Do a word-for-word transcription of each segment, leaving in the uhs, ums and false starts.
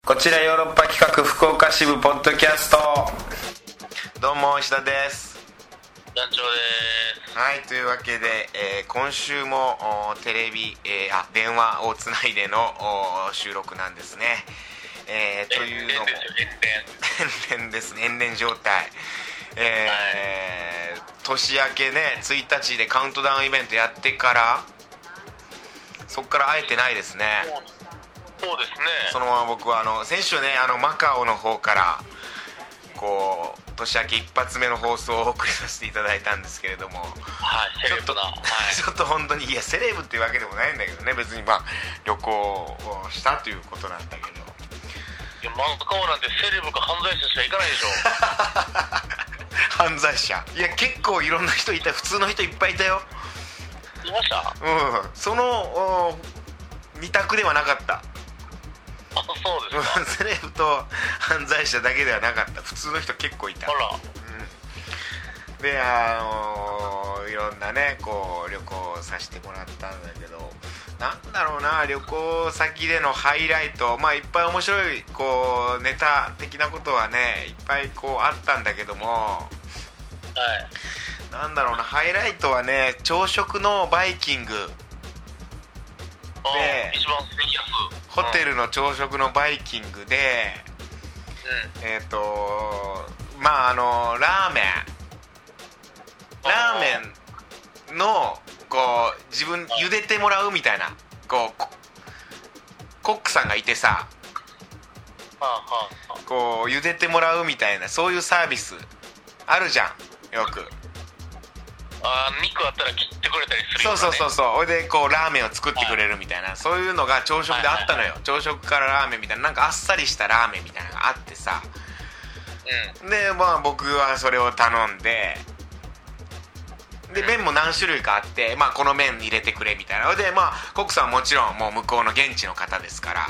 こちらヨーロッパ企画福岡支部ポッドキャスト。どうも石田です。 団長です。 はい、というわけで、えー、今週もテレビ、えー、あ電話をつないでの収録なんですね。えー、というのも延々 ですね、延々状態。えーはい、年明けねついたちでカウントダウンイベントやってからそっから会えてないですね。 そうですね。 そのまま僕はあの先週ねあのマカオの方からこう年明け一発目の放送を送りさせていただいたんですけれども、 はい、セレブな、はい、 ちょっと本当にいやセレブっていうわけでもないんだけどね、別にまあ旅行をしたということなんだけど、 いやマカオなんてセレブか犯罪者しか行かないでしょ犯罪者、いや結構いろんな人いた、普通の人いっぱいいたよ。 いました？ うん、その二択ではなかった。 あ、そうですか。 セレブと犯罪者だけではなかった、普通の人結構いた。 あら、 うん、であのー、いろんなねこう旅行させてもらったんだけど、なんだろうな、旅行先でのハイライト、まあいっぱい面白いこうネタ的なことはねいっぱいこうあったんだけども、 はい、 なんだろうな、ハイライトはね朝食のバイキングで、 一番最安、 ホテルの朝食のバイキングで、 うん、 えっ、ー、とまああのラーメンラーメンのこう自分茹でてもらうみたいなこうコックさんがいてさ、こう茹でてもらうみたいなそういうサービスあるじゃんよく。 あ、肉あったら切ってくれたりするよね。 そうそうそうそう、それでこうラーメンを作ってくれるみたいな、はい、そういうのが朝食であったのよ、はいはいはい、朝食からラーメンみたいな、なんかあっさりしたラーメンみたいなのがあってさ、うん、でまあ僕はそれを頼んで、で麺も何種類かあって、まあ、この麺入れてくれみたいなので、まあコックさんはもちろんもう向こうの現地の方ですから、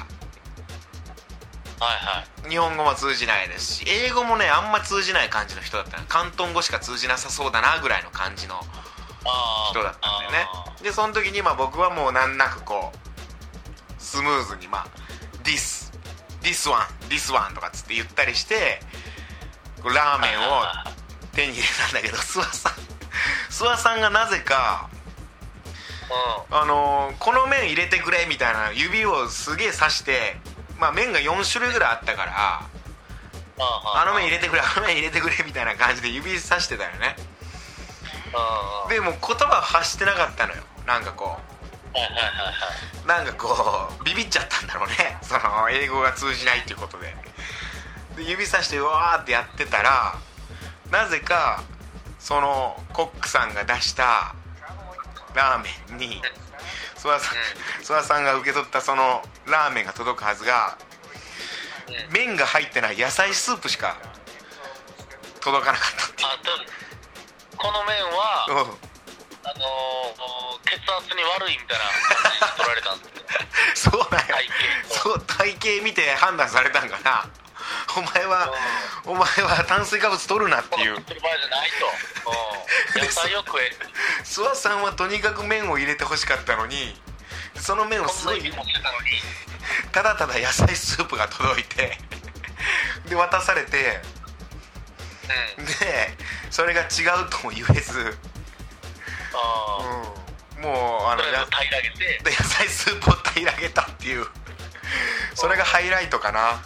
はいはい、 日本語も通じないですし英語もねあんま通じない感じの人だったの。広東語しか通じなさそうだなぐらいの感じの人だったんだよね。でその時にまあ僕はもう難なくこうスムーズにまあ This This one This one とかつって言ったりしてラーメンを手に入れたんだけど、諏訪さん諏訪さんがなぜか、うん、あのー、この麺入れてくれみたいな指をすげえ刺して、まあ麺がよん種類ぐらいあったから、あの麺入れてくれあの麺入れてくれみたいな感じで指さしてたよね。でも言葉を発してなかったのよ。なんかこうなんかこうビビっちゃったんだろうね、その英語が通じないっていうことで。で指さしてうわーってやってたら、なぜかそのコックさんが出したラーメンに諏訪さん、諏訪さんが受け取ったそのラーメンが届くはずが、麺が入ってない野菜スープしか届かなかったっていう。 あとこの麺は、うん、あのー、血圧に悪いみたいな感じで取られたんですよ。 そうなんや、そう体型見て判断されたんかな。お前は、うん、お前は炭水化物取るなっていう。 取る場合じゃないと、うん、野菜を食え。 諏訪さんはとにかく麺を入れてほしかったのに、その麺をすごいただただ野菜スープが届いてで渡されて、うん、でそれが違うとも言えず、あ、うん、もうあの平らげて野菜スープを平らげたっていうそれがハイライトかな、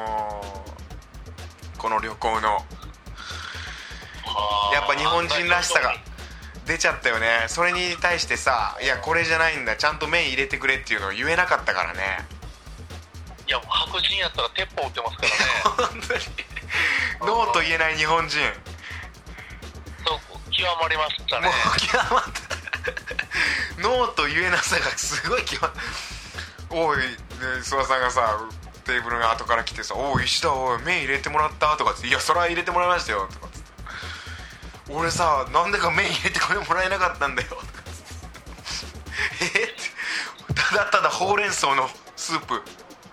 この旅行の。やっぱ日本人らしさが出ちゃったよね。それに対してさ、いやこれじゃないんだ、ちゃんと麺入れてくれっていうのを言えなかったからね。 いや白人やったら鉄砲撃ってますからね本当にノーと言えない日本人、 そう極まりましたね。 もう極まったノーと言えなさがすごい極まった。おい、で諏訪さんがさテーブルが後から来てさ、おい石田、おい麺入れてもらったとかつって、いやそれは入れてもらいましたよとかつって、俺さなんでか麺入れてもらえなかったんだよとかつってえってただただほうれん草のスープ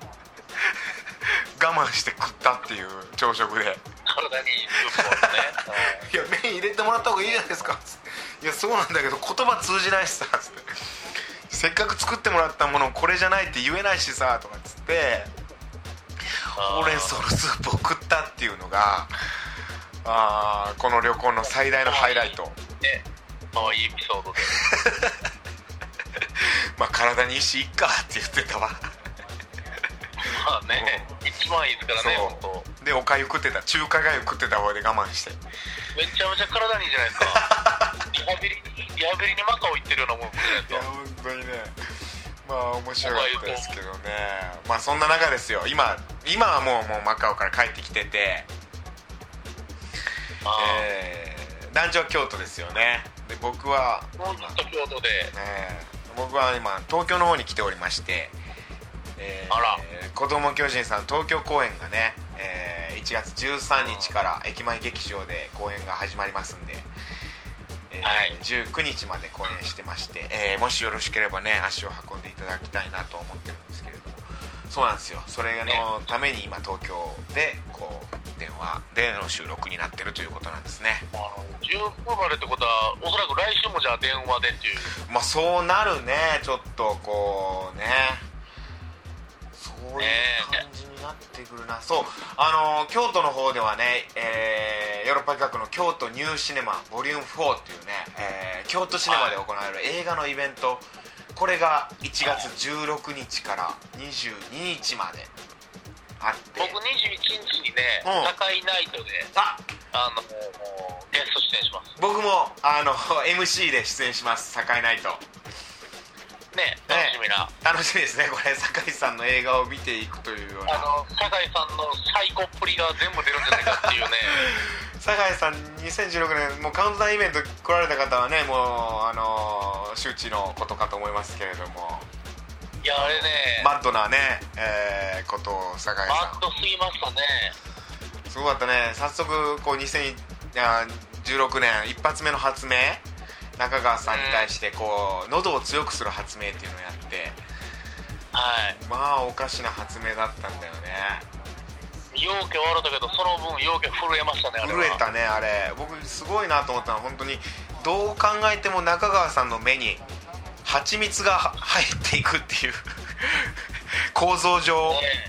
我慢して食ったっていう朝食で、 体にいいスープをねいや麺入れてもらった方がいいじゃないですかつって、いやそうなんだけど言葉通じないしさつって、せっかく作ってもらったものをこれじゃないって言えないしさとかつって、 ほうれん草のスープを食ったっていうのがあこの旅行の最大のハイライト。 ね、かわいいエピソードでまあ体にいいしいっかって言ってたわまあね、一番いいですからね。本当でおかゆ食ってた、中華がゆ食ってた方で我慢してめちゃめちゃ体にいいじゃないですかリハビリにリハビリにマカオ行ってるようなもんじゃないですか。 いや本当にね、まあ面白かったですけどね。まあそんな中ですよ、今今はもう、もうマカオから帰ってきてて、えー、団長は京都ですよね。で僕はもうずっと京都で、 ね、僕は今東京の方に来ておりまして、えー、 あら子ども巨人さん東京公演がね、えー、いちがつじゅうさんにちから駅前劇場で公演が始まりますんで、えーはい、じゅうくにちまで公演してまして、えー、もしよろしければね足を運んでいただきたいなと思ってるんですけれども、そうなんですよ。それのために今東京でこう電話での収録になってるということなんですね。 じゅうくまでってことはおそらく来週もじゃあ電話でっていう、まあそうなるね。ちょっとこうね、そういう感じになってくるな。そう、あの京都の方ではね、えー、ヨーロッパ企画の京都ニューシネマボリュームフォーっていうね、えー、京都シネマで行われる映画のイベント、これがいちがつじゅうろくにちからにじゅうににちまであって、 僕にじゅういちにちにね、うん、堺ナイトでああのもうゲスト出演します。 僕もあの エムシー で出演します。堺ナイトね、楽しみな、 ね、楽しみですね。これ堺さんの映画を見ていくというような、 あの堺さんのサイコっぷりが全部出るんじゃないかっていうね堺さんにせんじゅうろくねんもうカウントダウンイベント来られた方はね、もうあの周知のことかと思いますけれども、 いやあれね、 マッドなね、えー、ことを堺さんマッドすぎましたね。 すごかったね。早速こうにせんじゅうろくねん一発目の発明、中川さんに対してこう喉を強くする発明っていうのをやって、 はい、 まあおかしな発明だったんだよね。 ようけ笑ったけどその分ようけ震えましたね。あれは震えたね。あれ僕すごいなと思ったのは、本当にどう考えても中川さんの目に蜂蜜が入っていくっていう構造上、ね、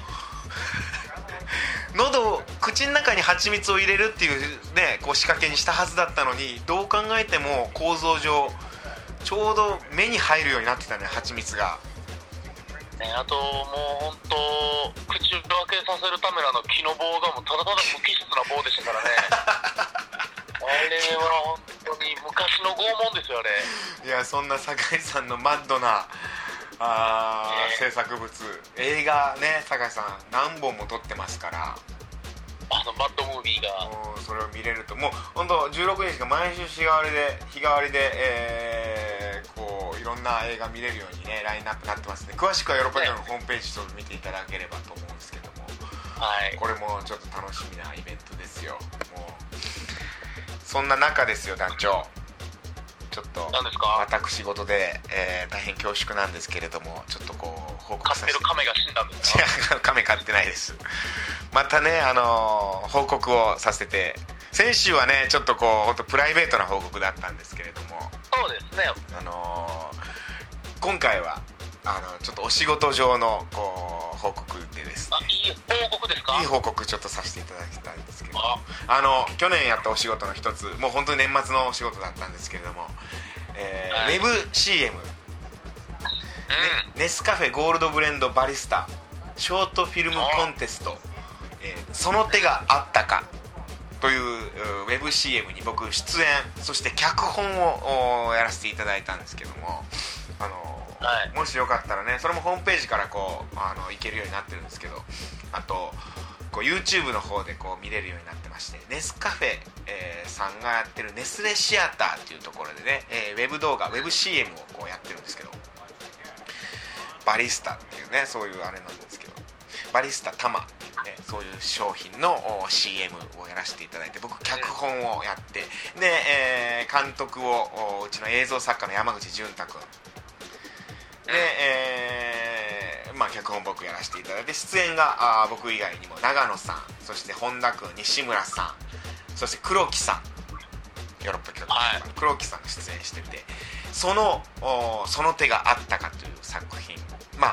喉口の中に蜂蜜を入れるっていうね、こう仕掛けにしたはずだったのに、どう考えても構造上ちょうど目に入るようになってたね、蜂蜜がね。あともう本当口を開けさせるためのあの木の棒がもうただただ無機質な棒でしたからねあれは本当に昔の拷問ですよ、あれ。 いや、そんな堺さんのマッドなあ、ね、制作物、映画ね、堺さん何本も撮ってますから、 あのマッドムービーがもうそれを見れると、もう本当じゅうろくにちか毎週日替わりで日替わりで、えー、こういろんな映画見れるようにねラインナップになってますね。詳しくはヨーロッパ企画のホームページを見ていただければと思うんですけども、 はい、 これもちょっと楽しみなイベントですよ。もうそんな中ですよ、団長、ちょっと何ですか。 私事で、えー、大変恐縮なんですけれども、ちょっとこう報告させて。 飼ってる亀が死んだんですか。 違う、亀飼ってないです。またね、あのー、報告をさせて、先週はねちょっとこう本当プライベートな報告だったんですけれども、 そうですね、 あのー、今回はあのちょっとお仕事上のこう報告でですね。 あ、いい報告ですか。 いい報告ちょっとさせていただきたいんですけど、ああの去年やったお仕事の一つ、もう本当に年末のお仕事だったんですけれども、えーはい、ウェブ シーエム、うん、ね、ネスカフェゴールドブレンドバリスタショートフィルムコンテスト、えー、その手があったかというウェブ シーエムに僕出演、そして脚本をやらせていただいたんですけども、あの、はい、もしよかったらね、それもホームページからこうあの行けるようになってるんですけど、あとこう YouTube の方でこう見れるようになってまして、ネスカフェ、えー、さんがやってるネスレシアターっていうところでね、えー、ウェブ動画ウェブ シーエムをこうやってるんですけど、バリスタっていうね、そういうあれなんですけど、バリスタタマっていうね、そういう商品の シーエム をやらせていただいて、僕脚本をやって、で、えー、監督をうちの映像作家の山口淳太君で、えーまあ、脚本僕やらせていただいて、出演があ僕以外にも長野さん、そして本田君、西村さん、そして黒木さん、ヨーロッパ企画、はい、黒木さんが出演してて、そのその手があったかという作品、まあ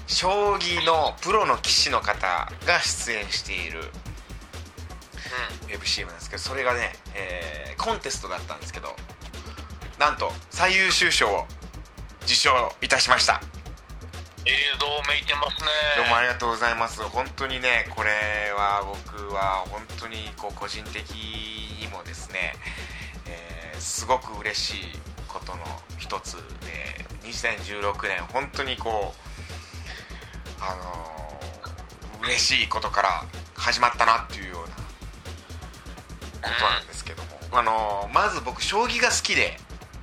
将棋のプロの棋士の方が出演しているウェブ シーエム なんですけど、それがね、えー、コンテストだったんですけど、なんと最優秀賞を受賞いたしました。 映像めいてますね。 どうもありがとうございます。本当にね、これは僕は本当にこう個人的にもですね、えー、すごく嬉しいことの一つで、にせんじゅうろくねん本当にこうあのー、嬉しいことから始まったなっていうようなことなんですけども、あのー、まず僕将棋が好きで、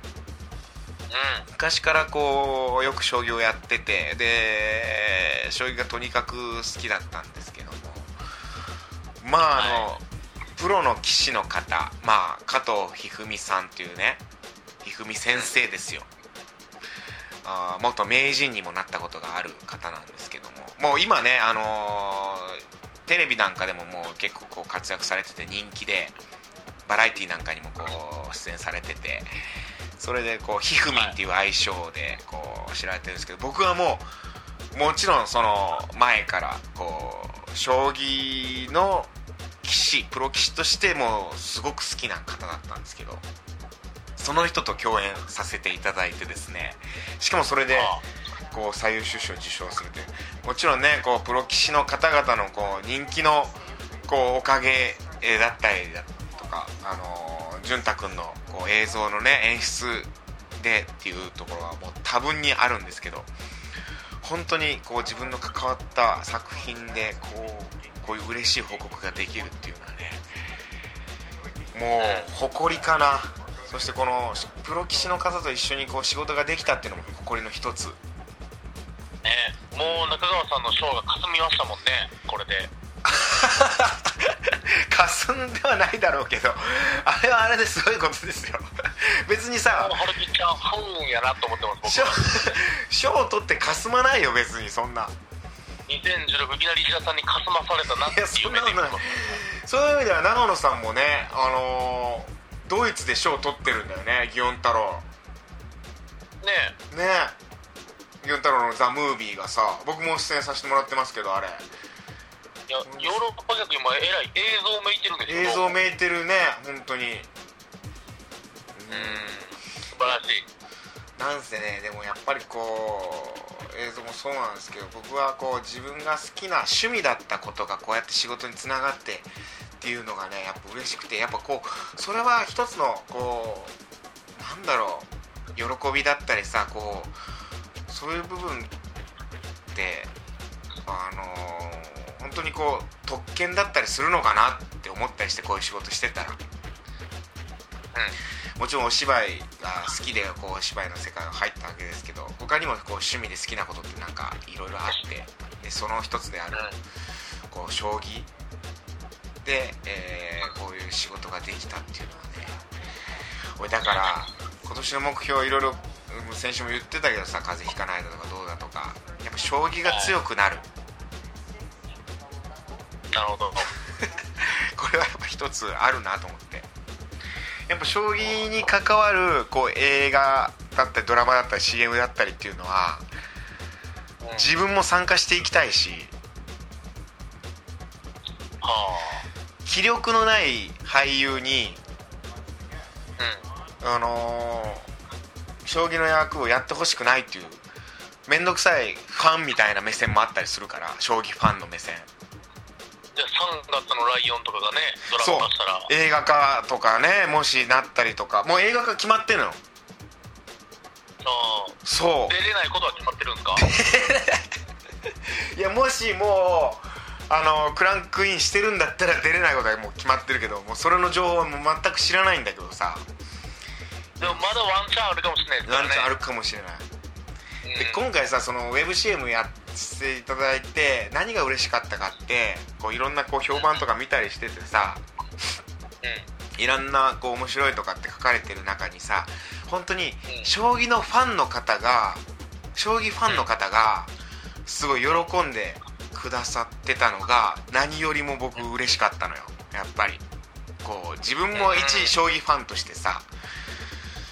昔からこうよく将棋をやってて、で将棋がとにかく好きだったんですけども、まああの、はい、プロの棋士の方、まあ加藤一二三さんっていうね、一二三先生ですよ。あ、元名人にもなったことがある方なんですけども、もう今ね、あのー、テレビなんかでももう結構こう活躍されてて人気で、バラエティなんかにもこう出演されてて、それでこうひふみんっていう愛称でこう知られてるんですけど、僕はもうもちろんその前からこう将棋の棋士、プロ棋士としてもすごく好きな方だったんですけど、その人と共演させていただいてですね、しかもそれでこう最優秀賞を受賞するという、もちろんね、こうプロ棋士の方々のこう人気のこうおかげだったりだとか、あの潤太くんのこう映像のね演出でっていうところはもう多分にあるんですけど、本当にこう自分の関わった作品でこうこういう嬉しい報告ができるっていうのはね、もう誇りかな。そしてこのプロ棋士の方と一緒にこう仕事ができたっていうのも誇りの一つね。 もう中川さんの賞がかすみましたもんね、これで。 かすんではないだろうけど、あれはあれですごいことですよ。別にさ、 はるきちゃんフンやなと思ってます。僕は賞を取ってかすまないよ、別に。そんなにせんじゅうろくいきなり石田さんにかすまされたなっていう目で見てます。 そういう意味では長野さんもね、あのー、ドイツで賞を取ってるんだよね、祇園太郎ねえねえ、祇園太郎のザ・ムービーがさ、僕も出演させてもらってますけど、あれいや、ヨーロッパ客今えらい映像めいてるんですけど、 映像めいてるね、本当に。うん、 素晴らしい。 なんせね、でもやっぱりこう映像もそうなんですけど、僕はこう自分が好きな趣味だったことがこうやって仕事につながってっていうのがね、やっぱ嬉しくて、やっぱこうそれは一つのこうなんだろう、喜びだったりさ、こうそういう部分ってあのー本当にこう特権だったりするのかなって思ったりして、こういう仕事してたら、うん、もちろんお芝居が好きでこうお芝居の世界が入ったわけですけど、他にもこう趣味で好きなことってなんかいろいろあって、でその一つであるこう将棋で、えー、こういう仕事ができたっていうのはね、俺だから今年の目標いろいろ先週も言ってたけどさ、風邪ひかないだとかどうだとか、やっぱ将棋が強くなる。 なるほど。 これはやっぱ一つあるなと思って、やっぱ将棋に関わるこう映画だったりドラマだったり シーエム だったりっていうのは、うん、自分も参加していきたいし、はあ、気力のない俳優に、うん、あのー、将棋の役をやってほしくないっていうめんどくさいファンみたいな目線もあったりするから、将棋ファンの目線。 さんがつのライオンとかがね、ドラマ化したら映画化とかね、もしなったりとか、もう映画化決まってるの。ああ、 そう、 出れないことは決まってるんですか？ いや、もしもうあのクランクインしてるんだったら出れないことはもう決まってるけど、もうそれの情報はもう全く知らないんだけどさ。 でもまだワンチャンあるかもしれないですからね。 ワンチャンあるかもしれない、うん、で今回さ、そのウェブ シーエム やっていただいて何が嬉しかったかって、こういろんなこう評判とか見たりしててさ、うん、いろんなこう面白いとかって書かれてる中にさ、本当に将棋のファンの方が将棋ファンの方がすごい喜んでくださってたのが何よりも僕嬉しかったのよ。やっぱりこう自分も一将棋ファンとしてさ、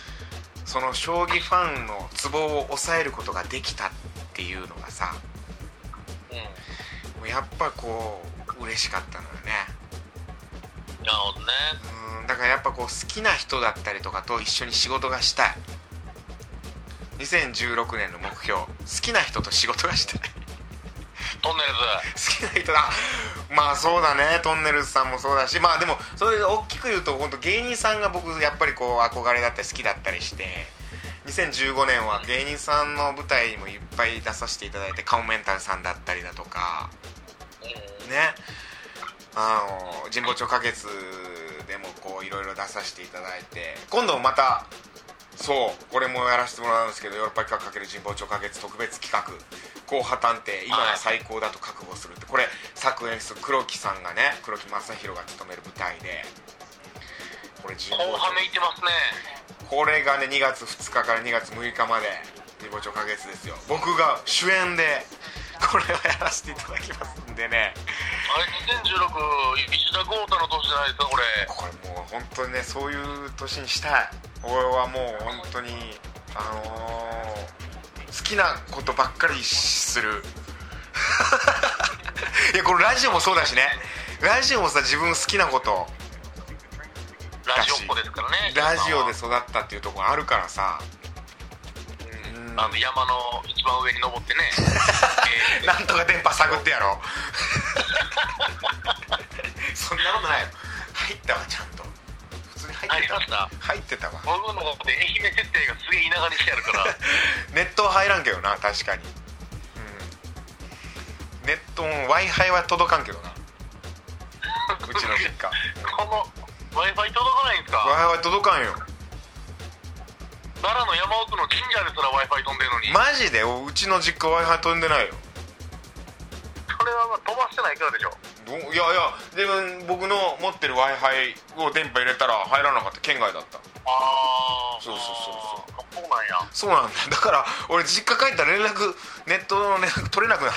その将棋ファンのツボを抑えることができたっていうのがさ、 もやっぱこう嬉しかったのよね。 なるほどね。 うん、だからやっぱこう好きな人だったりとかと一緒に仕事がしたい。にせんじゅうろくねんの目標、好きな人と仕事がしたい。 トンネルズ好きな人だ。まあそうだね、トンネルズさんもそうだし、まあでもそれで大きく言うと本当芸人さんが僕やっぱりこう憧れだったり好きだったりして、にせんじゅうごねんは芸人さんの舞台にもいっぱい出させていただいて、カモメンタルさんだったりだとかね、あの神保町花月でもこういろいろ出させていただいて、今度またそうこれもやらせてもらうんですけど、ヨーロッパ企画×神保町花月特別企画後破探偵今が最高だと覚悟するって、これ作演出黒木さんがね、黒木正宏が務める舞台で、これ神保町後半めいてますね。 これがねにがつふつかからにがつむいかまで神保町花月ですよ。僕が主演でこれをやらせていただきますんでね。 あれにせんじゅうろく石田豪太の年じゃないですかこれ。 これもう本当にねそういう年にしたい。俺はもう本当にあのー、好きなことばっかりするいやこれラジオもそうだしね、ラジオもさ自分好きなことラジオっ子ですからね。 ラジオで育ったっていうところがあるからさ、 うん、あの山の一番上に登ってねえー、なんとか電波探ってやろうそんなことないよ、入ったわちゃんと普通に入ってた。 入りました。 入ってたわ。 僕の方で愛媛設定がすげえ田舎にしてあるからネットは入らんけどな、確かに、うん、ネットも Wi-Fi は届かんけどなうちの実家この Wi-Fi 届かないんですか。 Wi-Fi 届かんよ。 奈良の山奥の神社ですら Wi-Fi 飛んでるのに。 マジでうちの実家 Wi-Fi 飛んでないよ。 それはまあ飛ばしてないからでしょ。 いやいやでも僕の持ってる Wi-Fi を電波入れたら入らなかった、県外だった。 ああそうそうそうそうそうなんや。 そうなんだ。だから俺実家帰ったら連絡ネットの連絡取れなくなる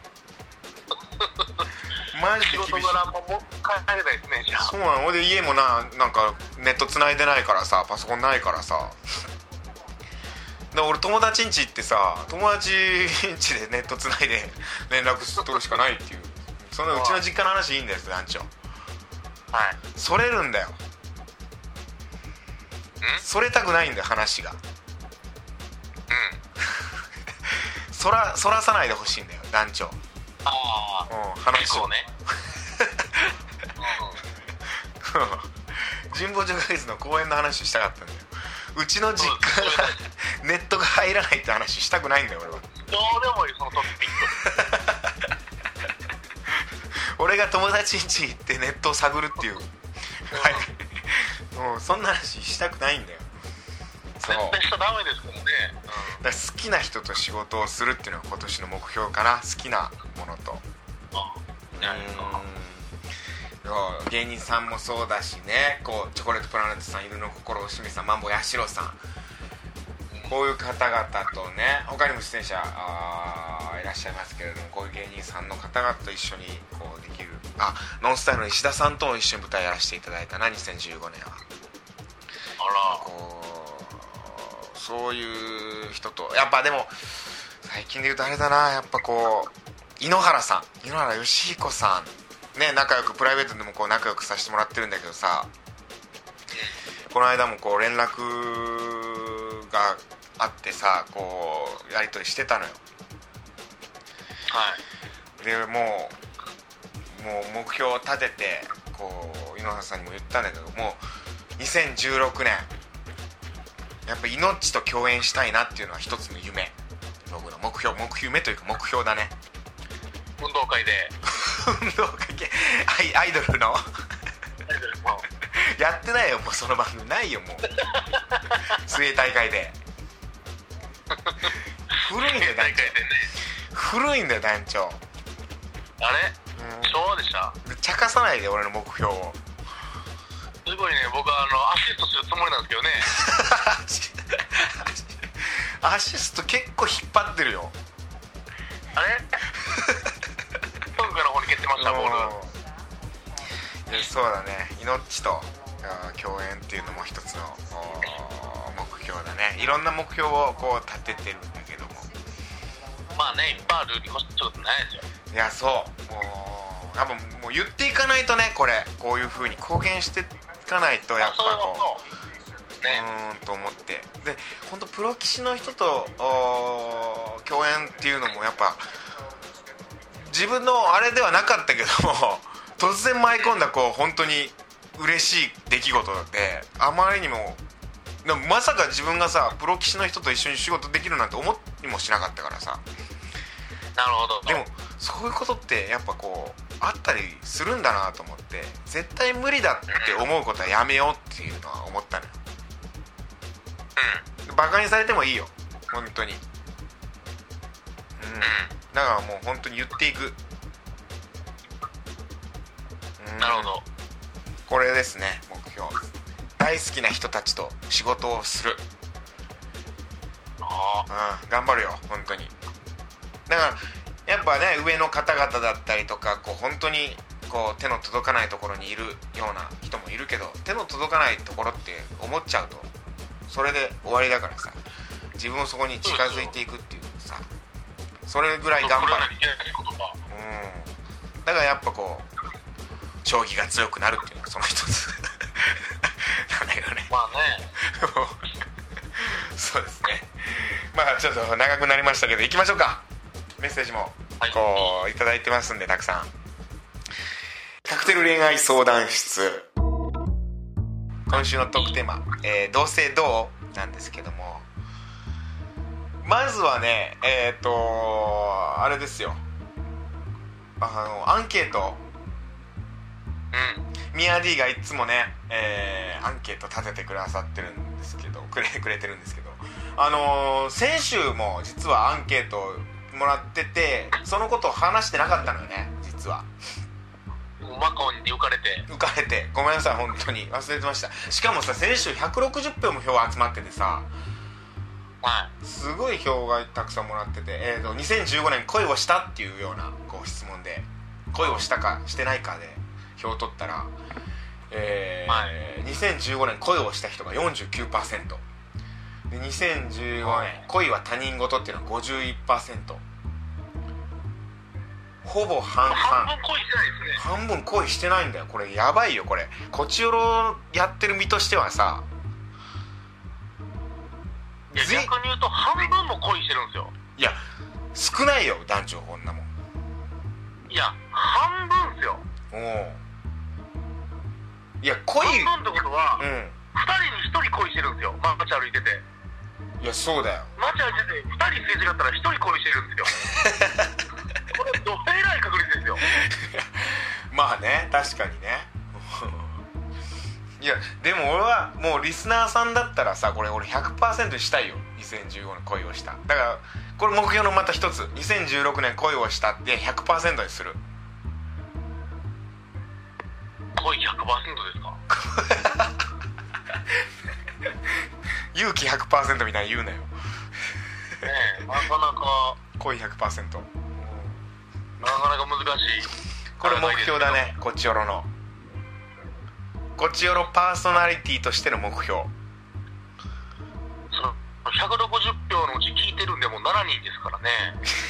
マジで厳しい。 仕事柄ももう帰りたいですね。じゃあそうなの。俺で家もな、なんかネット繋いでないからさ、パソコンないからさ、で俺友達ん家行ってさ、友達ん家でネット繋いで連絡取るしかないっていう。そのうちの実家の話いいんだよ団長。 はい。 それるんだよ。それたくないんだよ話が。うんそらそらさないでほしいんだよ団長。 ああ、 うん、話をね神保町花月の公演の話したかったんだよ。うちの実家がネットが入らないって話したくないんだよ俺は。 どうでもいいそのトピック俺が友達ん家行ってネットを探るっていう、はいもうそんな話したくないんだよ。そう絶対しちゃダメですからね、 うん、だから好きな人と仕事をするっていうのが今年の目標かな。好きなものと。 あうん芸人さんもそうだしね、こうチョコレートプラネットさん、犬の心、清水さん、マンボウヤシロさん、こういう方々とね、他にも出演者あいらっしゃいますけれども、こういう芸人さんの方々と一緒にこうできる。あ、ノンスタイルの石田さんとも一緒に舞台やらせていただいたな、にせんじゅうごねんは。 あら、 こうそういう人と、やっぱでも最近で言うとあれだな、やっぱこう井ノ原さん、井ノ原快彦さんね、仲良くプライベートでもこう仲良くさせてもらってるんだけどさ、この間もこう連絡があってさ、こうやり取りしてたのよ。 はいでもうもう目標を立ててこう井ノ原さんにも言ったんだけど、もうにせんじゅうろくねんやっぱ命と共演したいなっていうのは一つの夢、僕の目標、目標というか目標だね。 運動会で運動会系アイ、アイドルのやってないよもうその番組ないよもう水泳大会で古いんだよ団長、古いんだよ団長。 あれ、うん、昭和でした。 茶化さないで俺の目標を。 すごいね、僕はあのアシストするつもりなんですけどねアシスト結構引っ張ってるよ。 あれトンカの方に蹴ってましたボール。いやそうだね、命と共演っていうのも一つの目標だね。いろんな目標をこう立ててるんだけども、 まあね、いっぱいあるに越したことないですよ。 いやそうもう多分もう言っていかないとねこれこういう風に公言していかないとやっぱこうね、うーんと思ってで本当プロ棋士の人と共演っていうのもやっぱ自分のあれではなかったけども突然舞い込んだこう本当に嬉しい出来事であまりにもでもまさか自分がさプロ棋士の人と一緒に仕事できるなんて思いもしなかったからさ。 なるほど。 でもそういうことってやっぱこうあったりするんだなと思って絶対無理だって思うことはやめようっていうのは思ったのよ。うん、バカにされてもいいよ本当に。うん、だからもう本当に言っていく。うん、 なるほど。 これですね目標。大好きな人たちと仕事をする。 ああ、うん、頑張るよ本当に。だからやっぱね上の方々だったりとかこう本当にこう手の届かないところにいるような人もいるけど手の届かないところって思っちゃうとそれで終わりだからさ自分をそこに近づいていくっていうさそれぐらい頑張る。うん、だからやっぱこう将棋が強くなるっていうのはその一つなんだけどね。 まあねそうですね。まあちょっと長くなりましたけど行きましょうか。メッセージもこういただいてますんでたくさん。カクテル恋愛相談室今週のトークテーマ、えー、同性どうなんですけどもまずはねえっ、ー、とあれですよあのアンケート、うん、ミヤ D がいつもね、えー、アンケート立ててくださってるんですけどくれくれてるんですけどあのー、先週も実はアンケートもらっててそのことを話してなかったのよね実は。 マカオに浮かれて浮かれてごめんなさい本当に忘れてました。しかもさ先週ひゃくろくじゅっぴょうも票集まっててさ、 はい、 すごい票がたくさんもらってて、えーとにせんじゅうごねん恋をしたっていうようなこう質問で恋をしたかしてないかで票を取ったら、えーはい、にせんじゅうごねん恋をした人が よんじゅうきゅうパーセント でにせんじゅうごねん、はい、恋は他人事っていうのは ごじゅういちパーセント。ほぼ半々。 半分恋してないですね。 半分恋してないんだよこれ。やばいよこれ。こちよろやってる身としてはさいや逆に言うと半分も恋してるんですよ。 いや少ないよ団長こんなもん。 いや半分ですよ。 おおいや恋半分ってことは、うん、ふたりにひとり恋してるんですよ街歩いてて。 いやそうだよ街歩いててふたりすれ違ったらひとり恋してるんですよこれどえらい確率ですよまあね確かにねいやでも俺はもうリスナーさんだったらさこれ俺 ひゃくパーセント にしたいよ。にせんじゅうごねん恋をしただからこれ目標のまた一つにせんじゅうろくねん恋をしたって ひゃくパーセント にする。 恋 ひゃくパーセント ですか勇気 ひゃくパーセント みたいに言うなよねえなかなか恋 ひゃくパーセントなかなか難しい。 これ目標だねこちよろのこちよろパーソナリティとしての目標。 そのひゃくろくじゅっぴょうのうち聞いてるんでもうしちにんですからね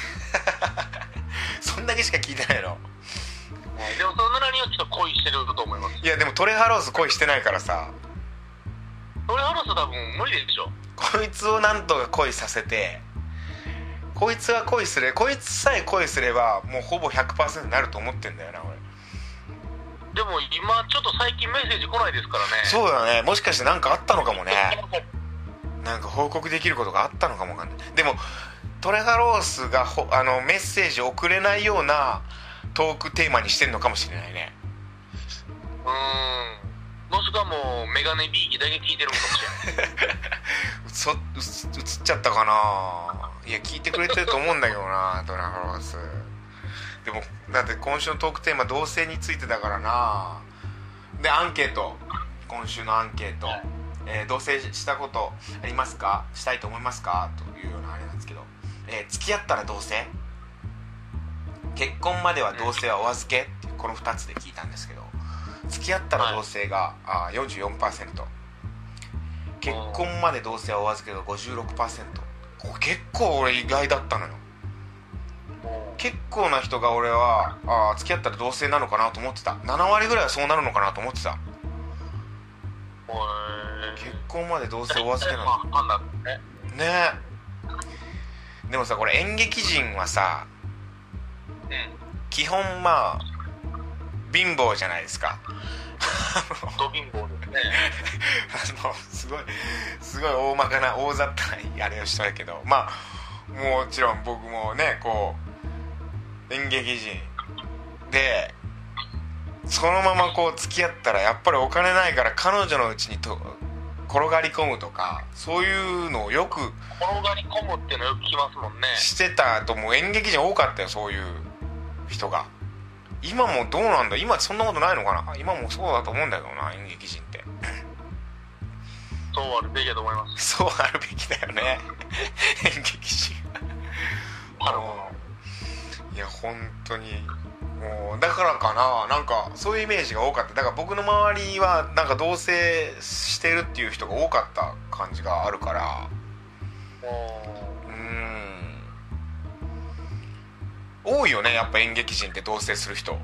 そんだけしか聞いてないの。 でもそのしちにんはちょっと恋してると思います。 いやでもトレハロース恋してないからさ。 トレハロース多分無理でしょ。 こいつをなんとか恋させてこいつは恋すれこいつさえ恋すればもうほぼ ひゃくパーセント になると思ってんだよな俺。 でも今ちょっと最近メッセージ来ないですからね。 そうだねもしかして何かあったのかもねなんか報告できることがあったのかもわかんない。でもトレハロースがほあのメッセージ送れないようなトークテーマにしてるのかもしれないね。 うーんもしくはもうメガネビーキだけ聞いてるかもしれないそ映っちゃったかな。いや聞いてくれてると思うんだけどなトレハロース。でもだって今週のトークテーマ同性についてだからな。でアンケート今週のアンケート、えー、同棲したことありますかしたいと思いますかというようなあれなんですけど、えー、付き合ったら同棲結婚までは同棲はお預けっていうこのふたつで聞いたんですけど付き合ったら同棲が、はい、あ よんじゅうよんパーセント 結婚まで同棲はお預けが ごじゅうろくパーセント これ結構俺意外だったのよ。 結構な人が俺はあ付き合ったら同性なのかなと思ってた。なな割ぐらいはそうなるのかなと思ってた。結婚まで同性お預けなのね。でもさ、これ演劇人はさ、うん、基本まあ貧乏じゃないですか。 ド貧乏ですね。 あのすごいすごい大まかな大雑把なあれをしたけど、まあもちろん僕もねこう演劇人でそのままこう付き合ったらやっぱりお金ないから彼女のうちにと転がり込むとか、そういうのをよく転がり込むっていうのよく聞きますもんね。してたと思う。演劇人多かったよ、そういう人が。今もどうなんだ、今そんなことないのかな。今もそうだと思うんだけどな、演劇人って。 そうあるべきだと思います。 そうあるべきだよね演劇人なるほど。いや本当にもうだからかな、なんかそういうイメージが多かった。だから僕の周りはなんか同棲してるっていう人が多かった感じがあるから、うーん多いよねやっぱ演劇人って同棲する人。 ま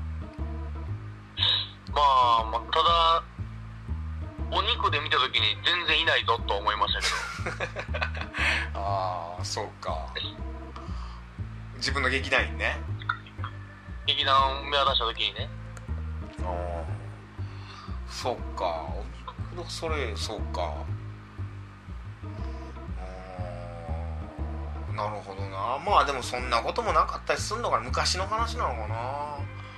あ、まあ、ただお肉で見た時に全然いないぞと思いましたけどああそうか。自分の劇団員ね。 劇団を見渡した時にね。 ああそうか。それそうか。あなるほどな。まあでもそんなこともなかったりすんのかな。昔の話なのかな。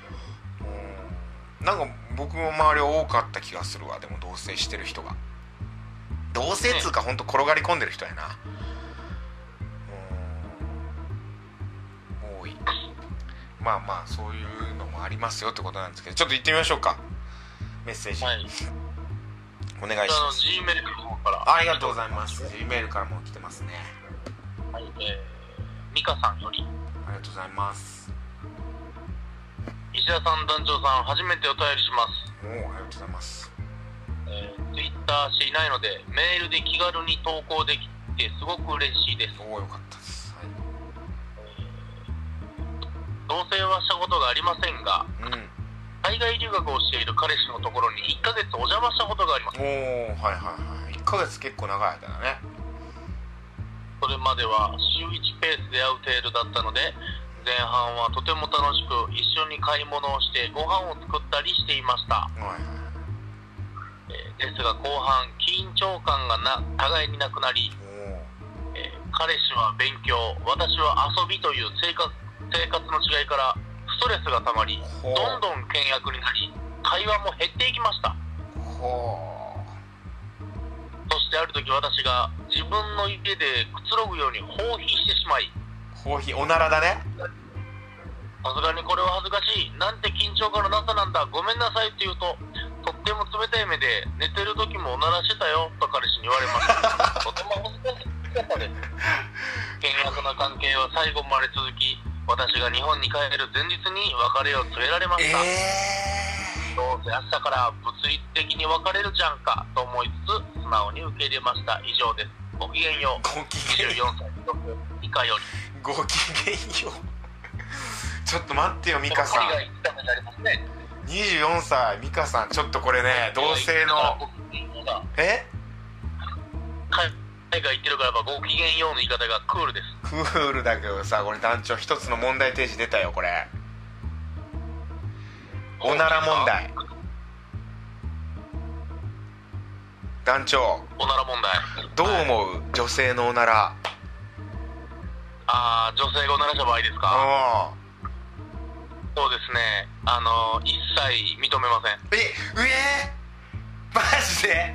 うんなんか僕も周り多かった気がするわ。でも同棲してる人が同棲っつうか、ね、ほんと転がり込んでる人やな。うん多い。まあまあそういうのもありますよってことなんですけど、ちょっと行ってみましょうか。メッセージ、はい、お願いします。 G メールの方からありがとうございます。 G メールからも来てますね。 はい、えー、ミカさんよりありがとうございます。 石田さん団長さん初めてお便りします。 おおありがとうございます。 えー、Twitter していないのでメールで気軽に投稿できてすごく嬉しいです。 おおよかったです、はい。 同棲はしたことがありませんが、うん、海外留学をしている彼氏のところにいっかげつお邪魔したことがあります。 おおはいはいはい。いっかげつ結構長い間だね。 それまでは週いちペースで会う程度だったので前半はとても楽しく一緒に買い物をしてご飯を作ったりしていました、はいはい。えー、ですが後半緊張感がな互いになくなり、えー、彼氏は勉強私は遊びという生活生活の違いからストレスがたまりどんどん険悪になり会話も減っていきました。ほう。そしてある時私が自分の家でくつろぐように放屁してしまい。 放屁おならだね。 さすがにこれは恥ずかしい、なんて緊張感のなさなんだ、ごめんなさいって言うととっても冷たい目で寝てる時もおならしてたよと彼氏に言われましたとても恥ずかしかったです。険悪な関係は最後まで続き私が日本に帰る前日に別れを告げられました、えー、どうせ明日から物理的に別れるじゃんかと思いつつ素直に受け入れました。以上です。ごきげんよう。 ごきげんよう。 にじゅうよんさい以下より。 ごきげんようちょっと待ってよミカさん、にじゅうよんさいミカさん、ちょっとこれね同性のえ海外行ってるからごきげんようの言い方がクールです。 クールだけどさ、これ団長一つの問題提示出たよ。これおなら問題。団長おなら問題どう思う、はい、女性のおなら。 ああ女性がおならした場合ですか。そうですね、あの一切認めません。 ええマジで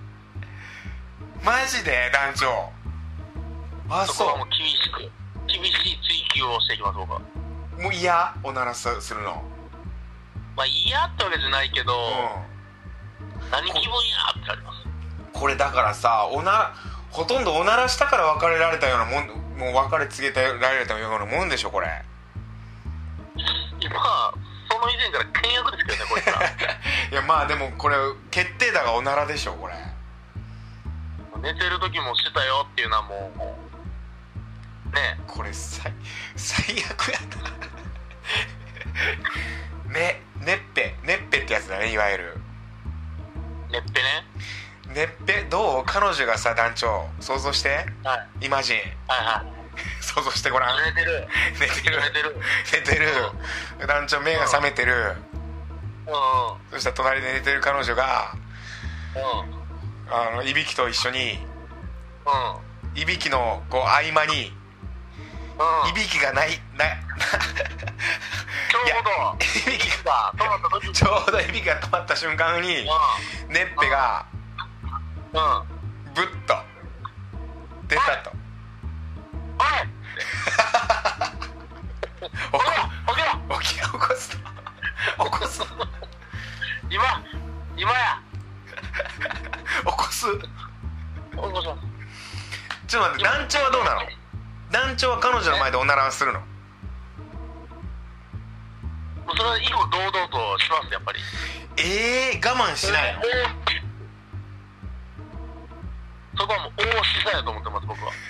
マジで団長。 あそこはもう厳しく厳しい追求をしていきます僕は。 もう嫌おならするの。 まあ嫌ってわけじゃないけど、うん、何気分やってあります。 これだからさおなほとんどおならしたから別れられたようなもん、もう別れ告げられたようなもんでしょこれ。 今その以前から倹約ですけどねこいつらいやまあでもこれ決定打がおならでしょこれ。 寝てる時もしてたよっていうのはもうね。 これ最最悪やなね、ねっぺねっぺってやつだね、いわゆるねっぺね。 ねっぺどう？彼女がさ、団長想像して、 はい、 イマジン、 はいはい、 想像してごらん。 寝てる寝てる寝てる寝てる、うん、団長目が覚めてる、うん、そしたら隣で寝てる彼女が、うん、あのいびきと一緒に、うん、いびきのこう合間に、うん、いびきがないなちょうどいびきが止まった時ちょうどいびきが止まった瞬間に、うん、ねっぺが、うん、ぶっと出たと。 おい起きろ起きろ起こすと起こす今今や起こす起こす。 ちょっと待って、団長はどうなの？団長は彼女の前でおならをするの？ それは以後堂々とします、やっぱり。 えー、我慢しないの？ そこはもう大しさやと思ってます、僕は。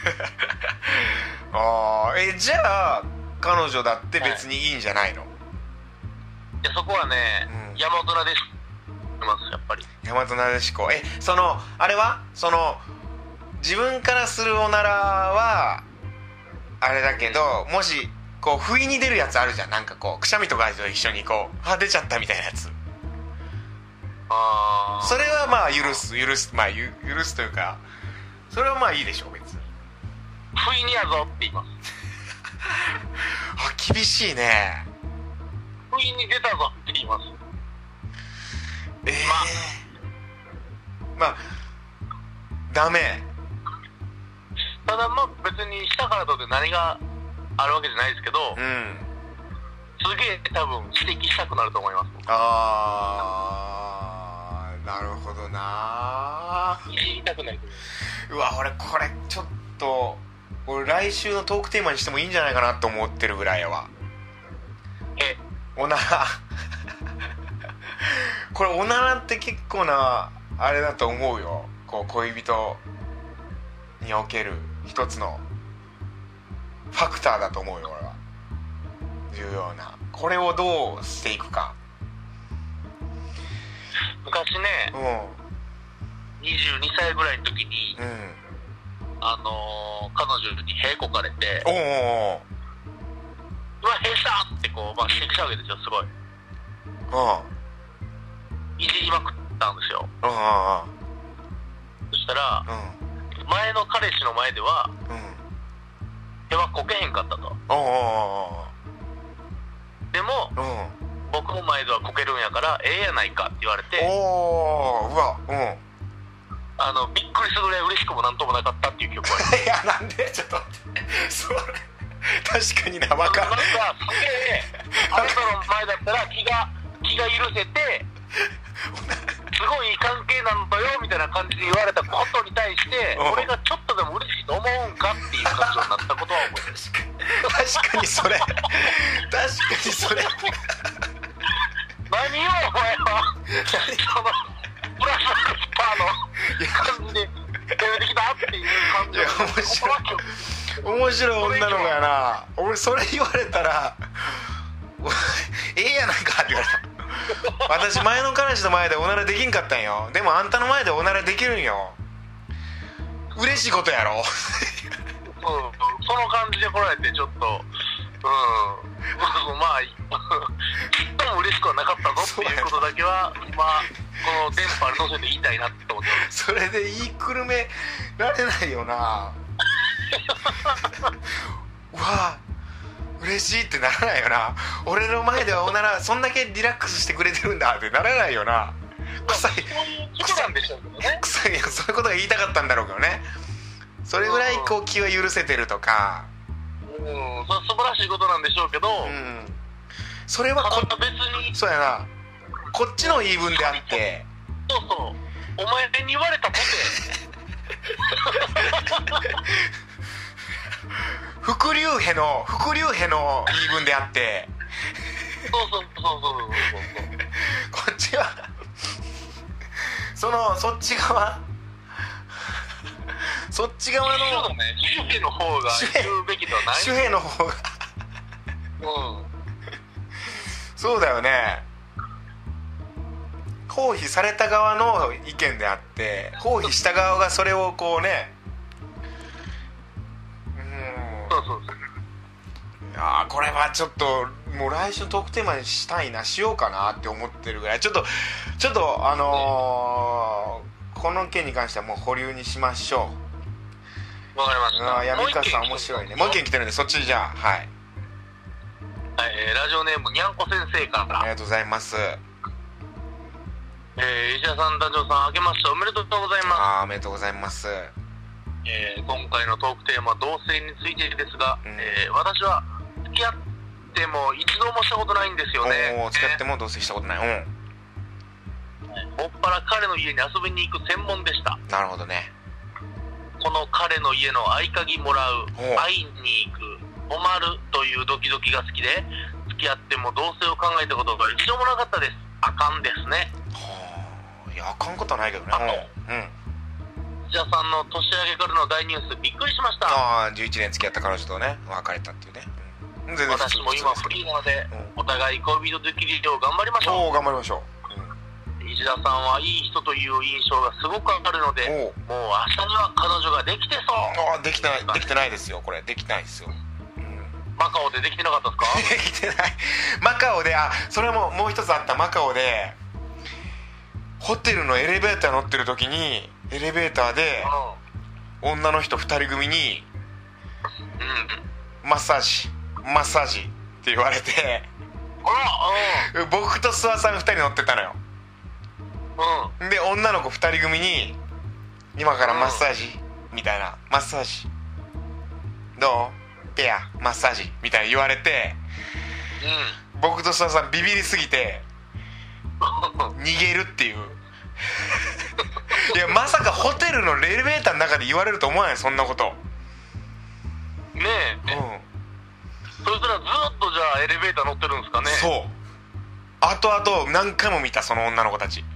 ああ、えじゃあ彼女だって別にいいんじゃないの？はい、 いや、そこはね、うん、大和なでしこます、やっぱり。 大和なでしこ。え、そのあれはその自分からするおならはあれだけど、もしこう不意に出るやつあるじゃん、なんかこうくしゃみとかと一緒にこうあ出ちゃったみたいなやつ。 ああ、 それはまあ許す許すまあゆ許すというか、それはまあいいでしょう、別に。 不意にやぞって言いますあ、厳しいね。 不意に出たぞって言います。 ええー、まあダメ。 ただまあ別にしたからといって何があるわけじゃないですけど、うん、すげえ多分指摘したくなると思います。 あー、なるほどな。 言いたくない。 うわ、俺これちょっと俺来週のトークテーマにしてもいいんじゃないかなと思ってるぐらいやわ。 え、 おならこれおならって結構なあれだと思うよ。こう恋人における一つのファクターだと思うよ、俺は。重要な。これをどうしていくか。 昔ね、うん、にじゅうにさいぐらいの時に、うん、あのー、彼女に屁こかれて、おおおうわ、屁したってこう、まあ、指摘したわけですよ、すごい。うん、いじりまくったんですよ。うん、そしたら、うん、前の彼氏の前では、うん、屁はこけへんかったと。おおでも、うん、僕の前ではこけるんやからええやないかって言われて、 おー、うわ、うん、 あのびっくりするぐらい嬉しくもなんともなかったっていう曲はいや、なんでちょっと待ってそれ確かにな、分かる。 なんかすげえあなたの前だったら気が気が許せてすごいいい関係なんだよみたいな感じで言われたことに対して俺がちょっとでも嬉しいと思うんかっていう感情になったことは思います。 確かにそれ確かにそれ何をお前はそのプラスアルファの感じで出てきたっていう感じで。 面白い面白い女の子やな。俺それ言われたらええやないかって言われた。私前の彼氏の前でおならできんかったんよ。でもあんたの前でおならできるんよ。嬉しいことやろ。うん、 その感じで来られてちょっと、うん、まあちっとも嬉しくはなかったぞっていうことだけは今この電波に乗せて言いたいなって思ってます。 それで言いくるめられないよな。うわ嬉しいってならないよな。俺の前ではおならそんだけリラックスしてくれてるんだってならないよな。臭い臭いんでしょうけどね。 臭い、そういうことが言いたかったんだろうけどね。それぐらいこう気を許せてるとか、 うん、それ素晴らしいことなんでしょうけど、うん、 それはこ別にそうやな、こっちの言い分であって、 そうそう、お前に言われたとて伏流兵の伏流兵の言い分であってそうそうそうそうそうそうこっちはそのそっち側そっち側のそうね、主兵の方が言うべきではない。 主兵の方がうんそうだよね。包囲された側の意見であって包囲した側がそれをこうねうんそうそうそう。 いやこれはちょっともう来週のトークテーマにしたいなしようかなって思ってるぐらいちょっとちょっとあのー、この件に関してはもう保留にしましょう。わかりました。 あ闇川さん面白いね。もう一件来てるんでそっちじゃあはい、 はい、えー、ラジオネームにゃんこ先生からありがとうございます。 えー、石田さん、団長さん、明けましておめでとうございます。 あーおめでとうございます。 えー、今回のトークテーマ同性についてですが、 うんえー、私は付き合っても一度もしたことないんですよね。 おお付き合っても同棲したことない。うんもっぱら彼の家に遊びに行く専門でした。 なるほどね。 この彼の家の合鍵もらう、 お会いに行く、泊まるというドキドキが好きで、付き合っても同棲を考えたことが一度もなかったです。あかんですね。 はあいやあかんことはないけどね。 あとうんうん石田さんの年明けからの大ニュースびっくりしました。 ああじゅういちねん付き合った彼女とね別れたっていうね、うん、全然普通私も今フリーなので、 うんお互い恋人できるよう頑張りましょう。 おお頑張りましょう、 石田さんはいい人という印象がすごくあるので、 おうもう明日には彼女ができてそう。 ああできてないできてないですよこれできてないですよ、うん、 マカオでできてなかったですか？ できてないマカオであそれももう一つあった。マカオでホテルのエレベーター乗ってる時にエレベーターで女の人ふたり組にうん、うん、 マッサージマッサージって言われてあら、 僕と諏訪さんふたり乗ってたのよ。 うん、うん、 で女の子ふたり組に今からマッサージみたいなマッサージどうペアマッサージみたいに言われて僕と諏訪さんビビりすぎて逃げるっていういやまさかホテルのエレベーターの中で言われると思わないそんなこと。 ねえ、 うん、 そしたらずっとじゃあエレベーター乗ってるんですかね。 そう後々何回も見たその女の子たち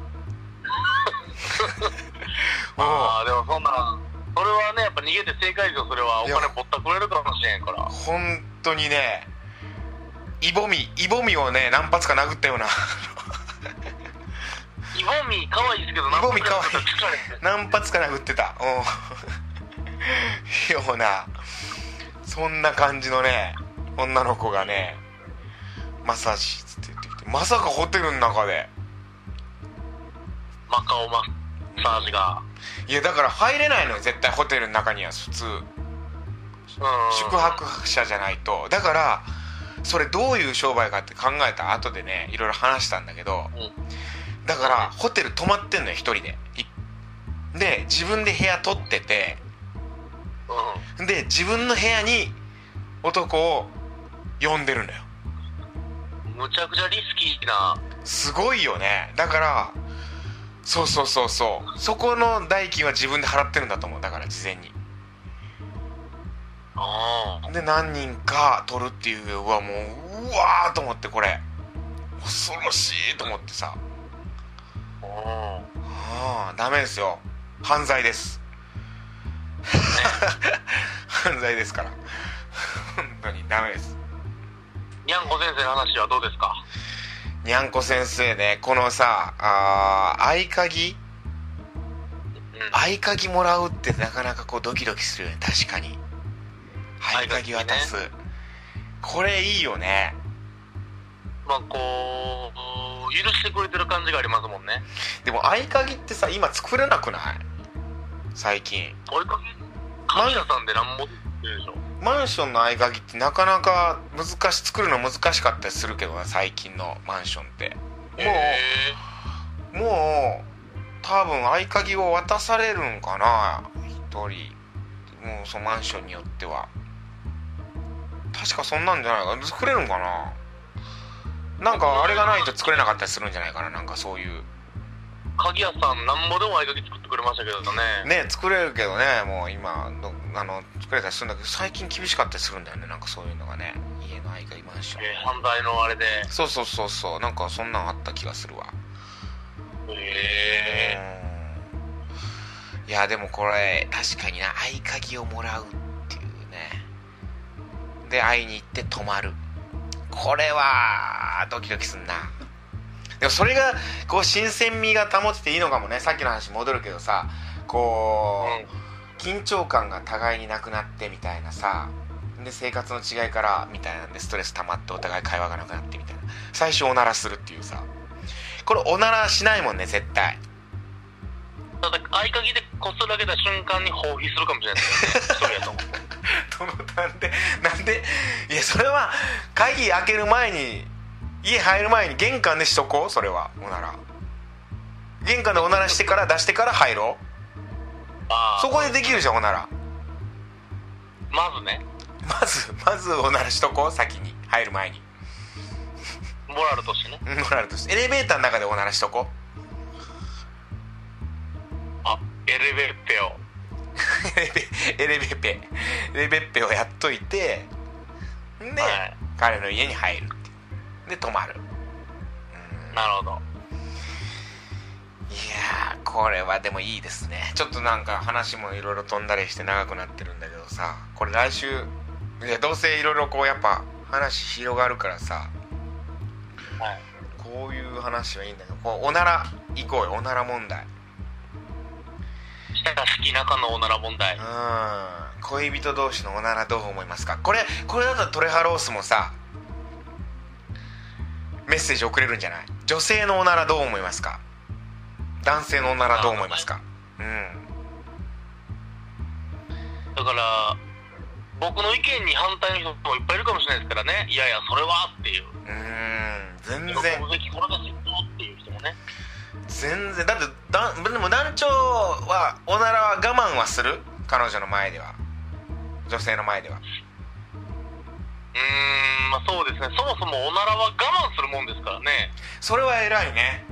ああでもそんなそれはねやっぱ逃げて正解ですよ。それはお金ぼったくれるかもしれんから。 本当にねイボミイボミをね何発か殴ったようなイボミ可愛いですけどイボミ可愛い疲れて何発か殴ってたうんようなそんな感じのね女の子がねマッサージつって言ってきてまさかホテルの中でマカオマッサージがいやだから入れないのよ絶対ホテルの中には普通宿泊者じゃないと。だからそれどういう商売かって考えた後でねいろいろ話したんだけど、うん、だからホテル泊まってんのよ一人でで自分で部屋取ってて、うん、で自分の部屋に男を呼んでるのよ。 むちゃくちゃリスキーなすごいよね。だからそうそうそうそうそこの代金は自分で払ってるんだと思う。だから事前にあで何人か取るっていううわもううわーと思ってこれ恐ろしいと思ってさああダメですよ犯罪です、ね、犯罪ですから本当にダメです。 にゃんこ先生の話はどうですか？ にゃんこ先生ねこのさあ合鍵、うん、合鍵もらうってなかなかこうドキドキするよね。確かに合鍵渡す、ね、これいいよね。 まあこう許してくれてる感じがありますもんね。 でも合鍵ってさ今作れなくない最近。 合鍵鍵屋さんで何も出るでしょ。 マンションの合鍵ってなかなか難し作るの難しかったりするけどな最近のマンションってもうもう多分合鍵を渡されるんかな一人もうそのマンションによっては確かそんなんじゃないかな。作れるんかな。なんかあれがないと作れなかったりするんじゃないかな。なんかそういう鍵屋さんなんぼでも合鍵作ってくれましたけどね。 ね作れるけどねもう今あの作れたりするんだけど最近厳しかったりするんだよね。なんかそういうのがね家の合鍵マンション、 えー、犯罪のあれでそうそうそうそうなんかそんなんあった気がするわ。 へえいやでもこれ確かにな、合鍵をもらうっていうね、で会いに行って泊まる、これはドキドキすんな。でもそれがこう新鮮味が保てていいのかもね。さっきの話戻るけどさ、こう、うん、緊張感が互いになくなってみたいなさ、で生活の違いからみたいなんでストレス溜まってお互い会話がなくなってみたいな、最初おならするっていうさ、これおならしないもんね絶対。 だって合鍵でこすられた瞬間に放棄するかもしれないですよね。それやと思う。 なんでなんでいやそれは鍵開ける前に、家入る前に玄関でしとこう。それはおなら玄関でおならしてから出してから入ろう。あ、そこでできるじゃんおなら。 まずねまずまずおならしとこう、先に入る前に。 モラルとしてね。 モラルとしてエレベーターの中でおならしとこう。 あ、エレベッペをエレベッペエレベッペをやっといて、で、はい、彼の家に入るってで泊まる。 うん、なるほど。 いやーこれはでもいいですね。ちょっとなんか話もいろいろ飛んだりして長くなってるんだけどさ、これ来週いやどうせいろいろこうやっぱ話広がるからさ、はい、こういう話はいいんだけど、こうおなら行こうよ、おなら問題。 好き仲のおなら問題。うん、 恋人同士のおならどう思いますか。これこれだったらトレハロースもさメッセージ送れるんじゃない。女性のおならどう思いますか、男性のおならどう思いますか。うん、 だから僕の意見に反対の人もいっぱいいるかもしれないですからね。いやいやそれはっていう、うーん全然これですよっていう人もね。 全然だってだでも団長はおならは我慢はする、彼女の前では、女性の前では。 うーん、まあそうですね。そもそもおならは我慢するもんですからね。 それは偉いね。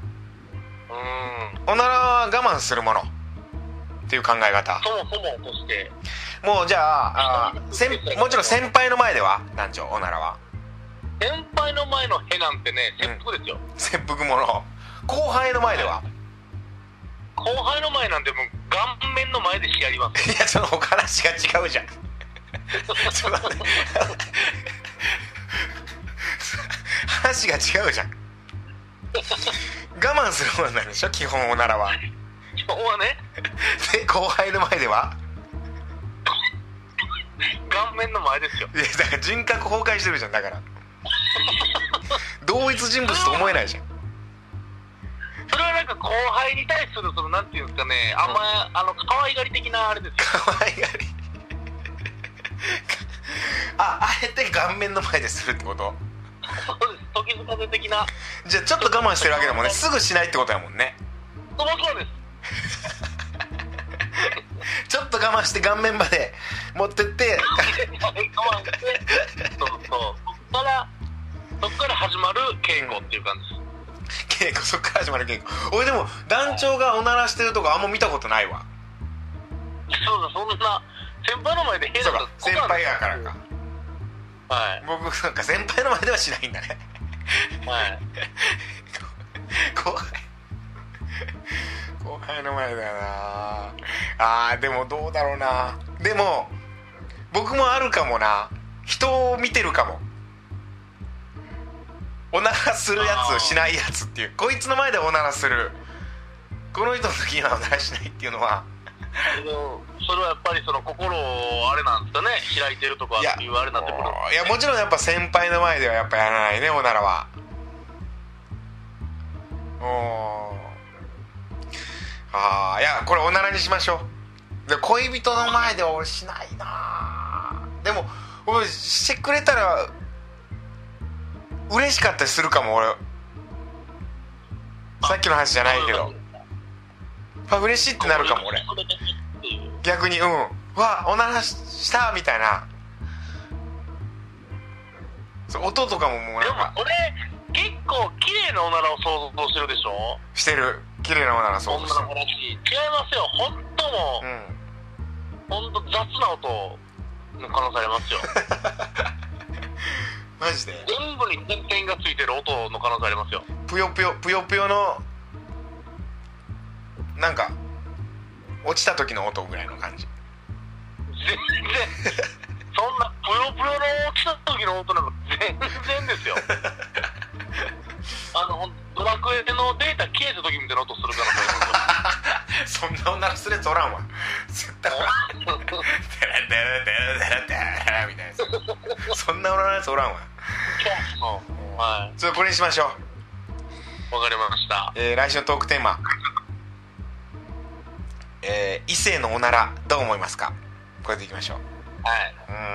うーん、 おならは我慢するものっていう考え方。 そもそもとしてもうじゃあ、あ先もちろん先輩の前では団長おならは、 先輩の前のへなんてね切腹ですよ、 うん、切腹もの。後輩の前では、はい、 後輩の前なんてもう顔面の前でしやります。 いやその話が違うじゃん話が違うじゃん。我慢するものなんでしょ基本おならは。 基本はね。 で後輩の前では顔面の前ですよ。 いやだから人格崩壊してるじゃん。だから同一人物と思えないじゃん。 それはなんか後輩に対するそのなんていうんですかね、あんま、うん、あの可愛がり的なあれですよ。 可愛がりあ、あえて顔面の前でするってこと。 そうです、時づかせ的な。 じゃあちょっと我慢してるわけだもんね。すぐしないってことやもんね。 そのそうですちょっと我慢して顔面まで持ってって我慢してそうそう、そこからそこから始まる稽古っていう感じです、うん、 稽古、そっから始まる稽古。俺でも団長がおならしてるとこあんま見たことないわ。 そうだ、そんな先輩の前で変な。 そうか、先輩やからか。 はい。 僕なんか先輩の前ではしないんだね。 はい。 後輩後輩の前だよなあ。ーでもどうだろうな。でも僕もあるかもな。人を見てるかも。おならするやつしないやつっていう、こいつの前でおならする、この人の時にはおならしないっていうのはそれはやっぱりその心をあれなんですかね、開いてるとかっていうあれになってくる。 いやもちろんやっぱ先輩の前ではやっぱやらないね、おならは。おああ、いやこれおならにしましょう。で恋人の前では俺しないな。でも俺してくれたら嬉しかったりするかも。俺さっきの話じゃないけどあ嬉しいってなるかも俺逆に。うん、わおならしたみたいな。音とかももうなんか。 でも俺結構綺麗なおならを想像してるでしょ。 してる、綺麗なおなら想像してる。 女の話違いますよ。本当もう、うん、本当雑な音の可能性ありますよマジで全部に点々がついてる音の可能性ありますよ。 ぷよぷよぷよぷよのなんか落ちた時の音ぐらいの感じ。 全然そんなぷよぷよの落ちた時の音なんか全然ですよあのドラクエのデータ消えた時みたいな音するからそんなおならするやつおらんわ絶対おらんデラデラデラデラデラみたいなそんなおならやつおらんわはい、 ちょっとこれにしましょう。わかりました、 えー、来週のトークテーマ、えー、異性のおならどう思いますか。これでいきましょう。 はい。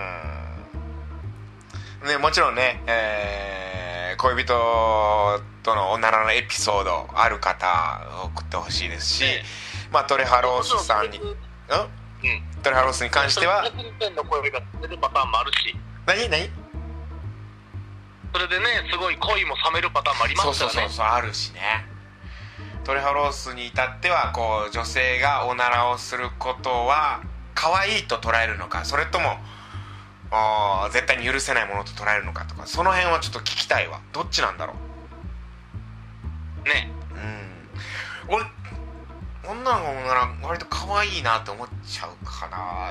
うーん、ね、もちろんね、えー、恋人とのおならのエピソードある方送ってほしいですし、ね、まあトレハロースさんに、うん、うん、トレハロースに関してはの声が出るパターンもあるし、 何何それでね、すごい恋も冷めるパターンもありますからね。 そうそうそうそう、あるしね。トレハロースに至ってはこう女性がおならをすることは可愛いと捉えるのか、それとも絶対に許せないものと捉えるのかとか、その辺はちょっと聞きたいわ。どっちなんだろうね。 うん、俺女の子なら割と可愛いなって思っちゃうかな。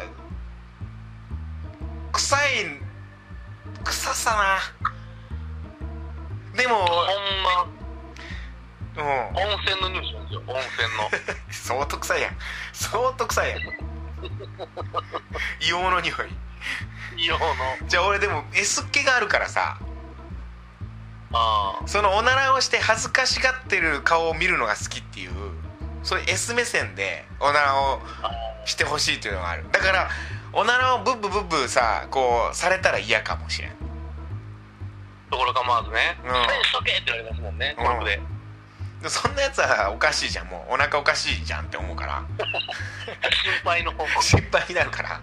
臭い臭さな。でもほんま、 うん、 温泉の匂いしますよ。温泉の相当臭いやん、相当臭いやん硫黄の匂い、 硫黄の。 じゃあ俺でも S っ気があるからさ、 あ、 そのおならをして恥ずかしがってる顔を見るのが好きっていう、そういう S 目線でおならをしてほしいというのがある。だからおならをブッブブッブさこうされたら嫌かもしれん。 ところ構わずね、 うん、 しとけって言われますもんね、 うん、でそんなやつはおかしいじゃん、もうお腹おかしいじゃんって思うから心配の方心配になるから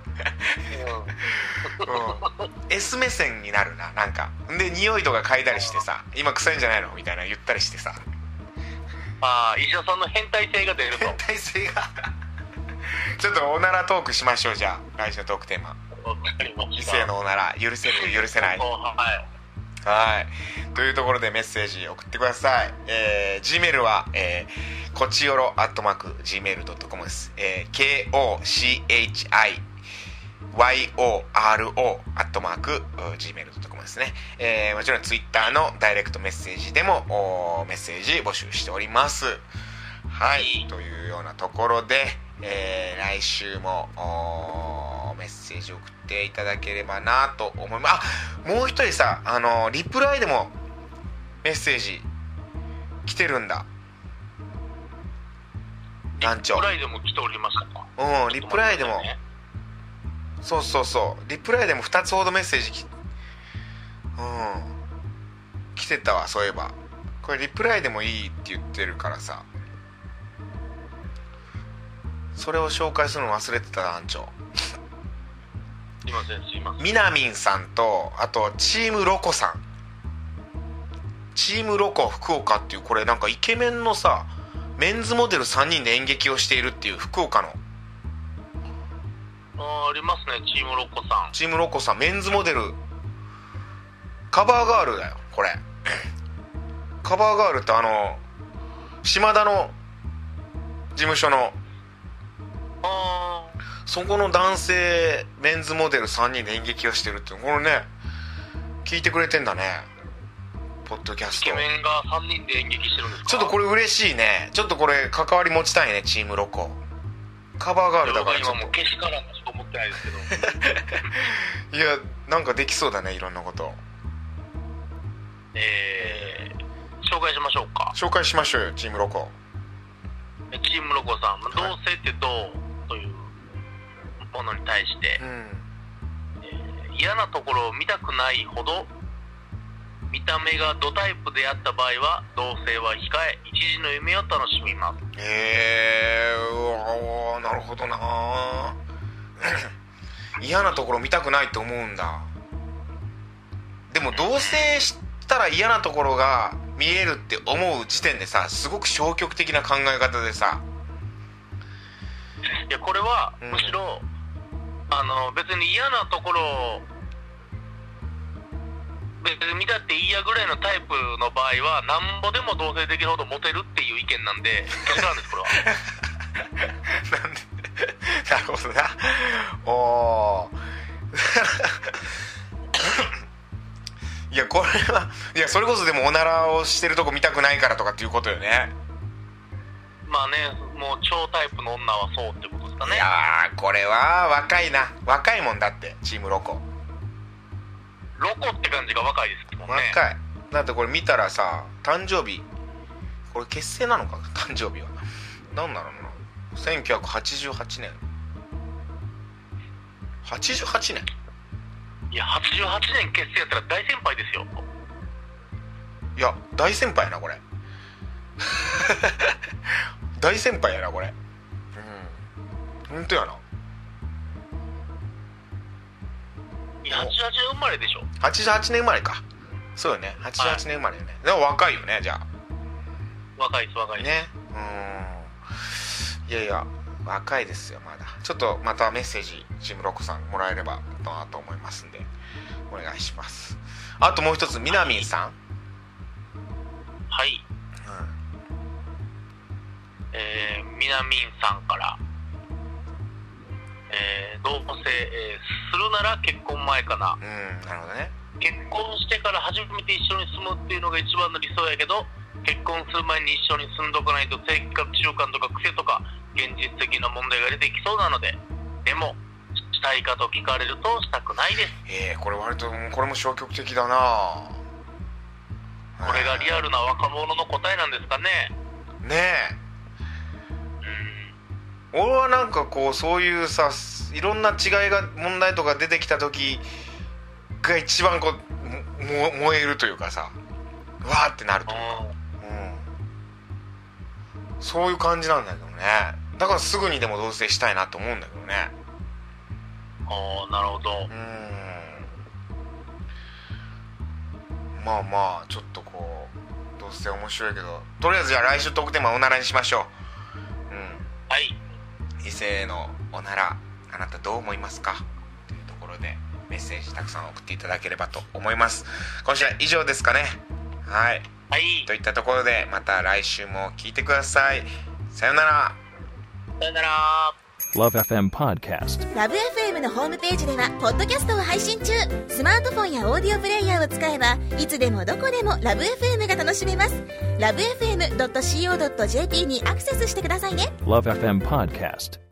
うん、うん、S 目線になるな、なんかで匂いとか嗅いだりしてさ、今臭いんじゃないのみたいな言ったりしてさ、 ああ、医者さんの変態性が出ると。 変態性がちょっとおならトークしましょう。じゃあ来週のトークテーマ、異性のおなら許せる許せない。 はいはい、というところでメッセージ送ってください。えー、Gmail は、えー、こちよろアットマーク ジーメールドットコム です。えー、ケーオーシーエイチアイワイオーアールオー アットマーク ジーメールドットコム ですね。えー、もちろん Twitter のダイレクトメッセージでもメッセージ募集しております。はい、というようなところで、えー、来週もメッセージを送っていただければなと思います。あ、もう一人さ、あのリプライでもメッセージ来てるんだ。団長、 リプライでも来ておりましたか。 うん、リプライでも、そうそうそう、リプライでもふたつほどメッセージき、うん、来てたわ。そういえばこれリプライでもいいって言ってるからさ、それを紹介するの忘れてた。団長すいません、すいません。 みなみんさんと、あとチームロコさん、チームロコ福岡っていう、これなんかイケメンのさメンズモデルさんにんで演劇をしているっていう福岡の、 あありますね、チームロコさん。 チームロコさん、メンズモデルカバーガールだよこれカバーガールってあの島田の事務所の、 あそこの男性メンズモデルさんにんで演劇をしてるっていう、これね聞いてくれてんだね、ポッドキャスト。 イケメンがさんにんで演劇してるんですか。 ちょっとこれ嬉しいね。ちょっとこれ関わり持ちたいね、チームロコ。カバーガールだからちょっと今もうけしからんとしか思ってないですけどいや、なんかできそうだね、いろんなこと。 えー、紹介しましょうか。 紹介しましょうよ、チームロコ。 チームロコさん、同性ってどうというものに対して、 うん、 えー、嫌なところを見たくないほど見た目がドタイプであった場合は同性は控え、一時の夢を楽しみます。 へえー、うわ、なるほどな嫌なところ見たくないと思うんだ。でも同棲したら嫌なところが見えるって思う時点でさ、すごく消極的な考え方でさ。 いや、これはむしろ、うん、あの別に嫌なところを別に見たっていいやぐらいのタイプの場合はなんぼでも同棲できるほどモテるっていう意見なんで、違うんですこれはなんでなるほどな。おーいやこれはいやそれこそでもおならをしてるとこ見たくないからとかっていうことよね。 まあね、もう超タイプの女はそうってことですかね。 いやーこれは若いな。若いもんだってチームロコ。 ロコって感じが若いですもんね。 若い。だってこれ見たらさ、誕生日これ結成なのか、誕生日はなんだろうな、せんきゅうひゃくはちじゅうはちねんはちじゅうはちねん。 いやはちじゅうはちねん結成やったら大先輩ですよ。 いや大先輩やなこれ大先輩やなこれ。うん本当やな。 いやはちじゅうはちねん生まれでしょ。 はちじゅうはちねん生まれか。そうよね、はちじゅうはちねん生まれよね、はい、でも若いよね。じゃあ若いです若いですね。うん、いやいや若いですよまだ。ちょっとまたメッセージチームロコさんもらえればなと思いますんでお願いします。あともう一つみなみんさん。 はい、うん、えー、みなみんさんから、えー、同棲、えー、するなら結婚前かな。 うんなるほどね。 結婚してから初めて一緒に住むっていうのが一番の理想やけど、結婚する前に一緒に住んどかないと生活習慣とか癖とか現実的な問題が出てきそうなので、でもしたいかと聞かれるとしたくないです。 えー、これ割とこれも消極的だな。 これがリアルな若者の答えなんですかね。 ねえ、うん、俺はなんかこうそういうさ、いろんな違いが問題とか出てきた時が一番こうも燃えるというかさ、わーってなるというか、うん、そういう感じなんだけどね。だからすぐにでも同棲したいなと思うんだけどね。 ああなるほど。 うんまあまあちょっとこう同棲面白いけど、とりあえずじゃあ来週トークテーマおならにしましょう。うんはい。 異性のおならあなたどう思いますかというところでメッセージたくさん送っていただければと思います。今週は以上ですかね。はい、 はい、 といったところでまた来週も聞いてください。さよなら。 さよなら。 ラブ エフエム Podcast。 ラブ エフエム のホームページではポッドキャストを配信中。スマートフォンやオーディオプレイヤーを使えばいつでもどこでもラブ エフエム が楽しめます。 ラブエフエムドットシーオードットジェーピー にアクセスしてくださいね。 ラブ エフエム Podcast。